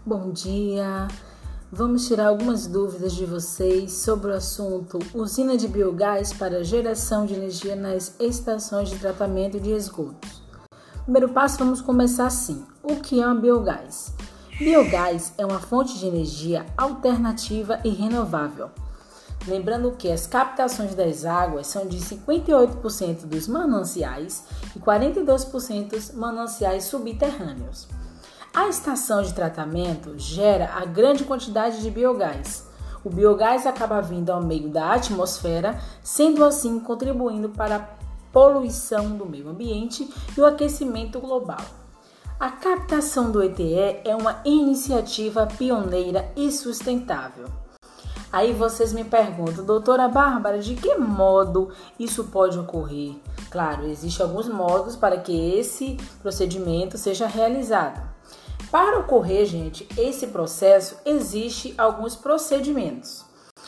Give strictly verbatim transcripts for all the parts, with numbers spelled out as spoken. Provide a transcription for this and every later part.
Bom dia! Vamos tirar algumas dúvidas de vocês sobre o assunto usina de biogás para geração de energia nas estações de tratamento de esgotos. Primeiro passo, vamos começar assim. O que é um biogás? Biogás é uma fonte de energia alternativa e renovável. Lembrando que as captações das águas são de cinquenta e oito por cento dos mananciais e quarenta e dois por cento dos mananciais subterrâneos. A estação de tratamento gera a grande quantidade de biogás. O biogás acaba vindo ao meio da atmosfera, sendo assim contribuindo para a poluição do meio ambiente e o aquecimento global. A captação do E T E é uma iniciativa pioneira e sustentável. Aí vocês me perguntam, doutora Bárbara, de que modo isso pode ocorrer? Claro, existem alguns modos para que esse procedimento seja realizado. Para ocorrer, gente, esse processo, existe alguns procedimentos.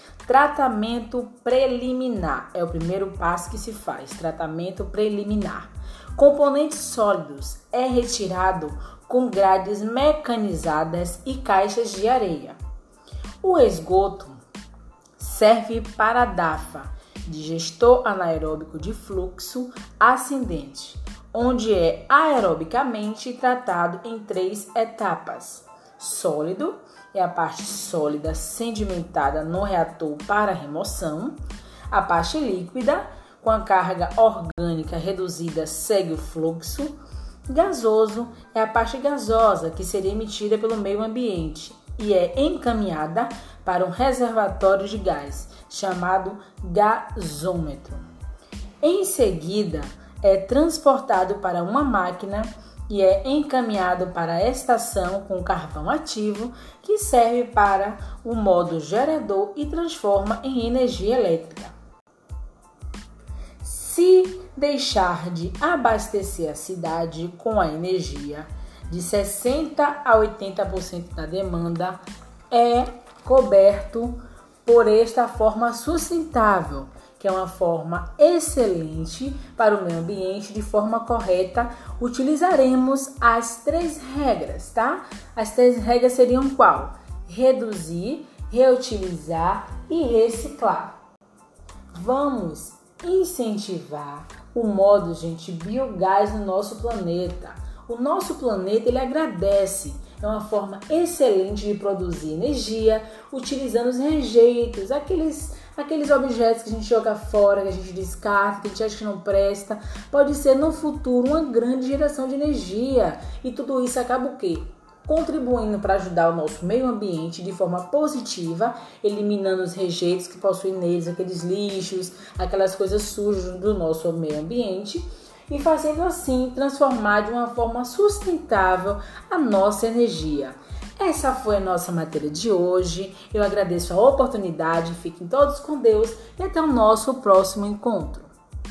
Tratamento preliminar é o primeiro passo que se faz, tratamento preliminar. Componentes sólidos é retirado com grades mecanizadas e caixas de areia. O esgoto serve para a D A F A, digestor anaeróbico de fluxo ascendente, onde é aerobicamente tratado em três etapas. Sólido é a parte sólida sedimentada no reator para remoção. A parte líquida, com a carga orgânica reduzida, segue o fluxo. Gasoso é a parte gasosa que seria emitida pelo meio ambiente e é encaminhada para um reservatório de gás, chamado gasômetro. Em seguida, é transportado para uma máquina e é encaminhado para a estação com carvão ativo, que serve para o modo gerador e transforma em energia elétrica. Se deixar de abastecer a cidade com a energia, de sessenta a oitenta por cento da demanda é coberto por esta forma sustentável, que é uma forma excelente para o meio ambiente. De forma correta, utilizaremos as três regras, tá? As três regras seriam qual? Reduzir, reutilizar e reciclar. Vamos incentivar o modo, gente, biogás no nosso planeta. O nosso planeta, ele agradece. É uma forma excelente de produzir energia, utilizando os rejeitos, aqueles, aqueles objetos que a gente joga fora, que a gente descarta, que a gente acha que não presta. Pode ser no futuro uma grande geração de energia. E tudo isso acaba o quê? Contribuindo para ajudar o nosso meio ambiente de forma positiva, eliminando os rejeitos que possuem neles, aqueles lixos, aquelas coisas sujas do nosso meio ambiente, e fazendo assim transformar de uma forma sustentável a nossa energia. Essa foi a nossa matéria de hoje. Eu agradeço a oportunidade, fiquem todos com Deus e até o nosso próximo encontro.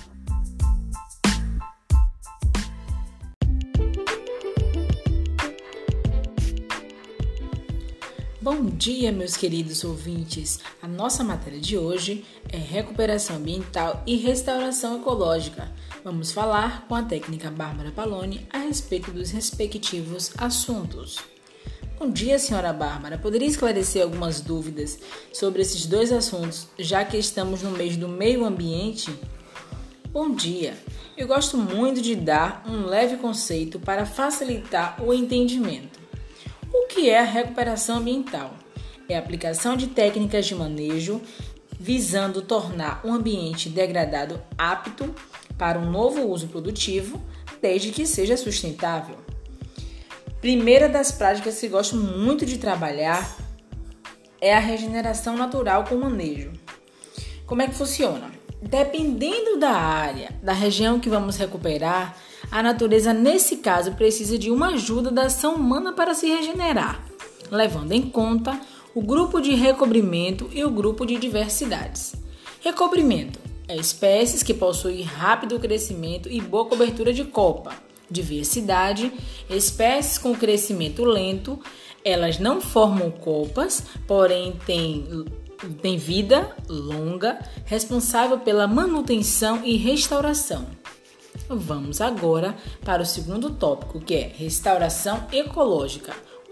Bom dia, meus queridos ouvintes! A nossa matéria de hoje é recuperação ambiental e restauração ecológica. Vamos falar com a técnica Bárbara Paloni a respeito dos respectivos assuntos. Bom dia, senhora Bárbara. Poderia esclarecer algumas dúvidas sobre esses dois assuntos, já que estamos no mês do meio ambiente? Bom dia! Eu gosto muito de dar um leve conceito para facilitar o entendimento. O que é a recuperação ambiental? É a aplicação de técnicas de manejo visando tornar um ambiente degradado apto para um novo uso produtivo, desde que seja sustentável. Primeira das práticas que gosto muito de trabalhar é a regeneração natural com manejo. Como é que funciona? Dependendo da área, da região que vamos recuperar, a natureza, nesse caso, precisa de uma ajuda da ação humana para se regenerar, levando em conta o grupo de recobrimento e o grupo de diversidades. Recobrimento é espécies que possuem rápido crescimento e boa cobertura de copa. Diversidade, espécies com crescimento lento, elas não formam copas, porém têm, têm vida longa, responsável pela manutenção e restauração. Vamos agora para o segundo tópico, que é restauração ecológica. O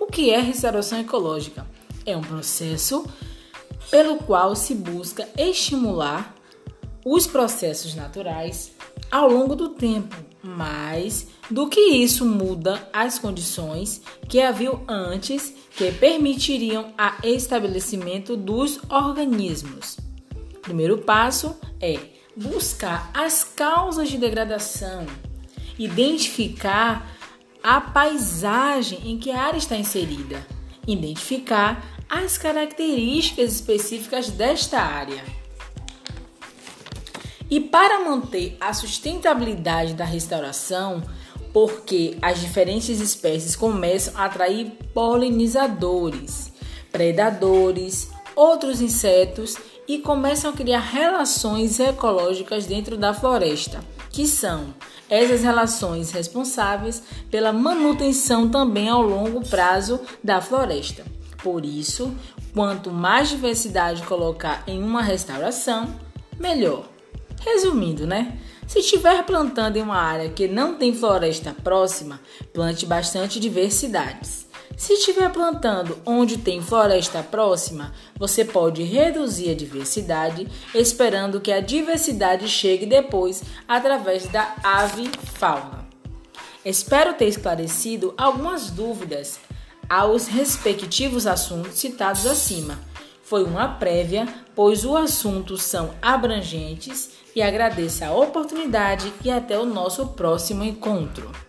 O que é restauração ecológica? É um processo pelo qual se busca estimular os processos naturais ao longo do tempo, mas do que isso muda as condições que haviam antes que permitiriam o estabelecimento dos organismos. O primeiro passo é buscar as causas de degradação, identificar a paisagem em que a área está inserida, identificar as características específicas desta área. E para manter a sustentabilidade da restauração, porque as diferentes espécies começam a atrair polinizadores, predadores, outros insetos e começam a criar relações ecológicas dentro da floresta, que são essas relações responsáveis pela manutenção também ao longo prazo da floresta. Por isso, quanto mais diversidade colocar em uma restauração, melhor. Resumindo, né? Se estiver plantando em uma área que não tem floresta próxima, plante bastante diversidades. Se estiver plantando onde tem floresta próxima, você pode reduzir a diversidade, esperando que a diversidade chegue depois através da avifauna. Espero ter esclarecido algumas dúvidas aos respectivos assuntos citados acima. Foi uma prévia, pois os assuntos são abrangentes, e agradeço a oportunidade e até o nosso próximo encontro.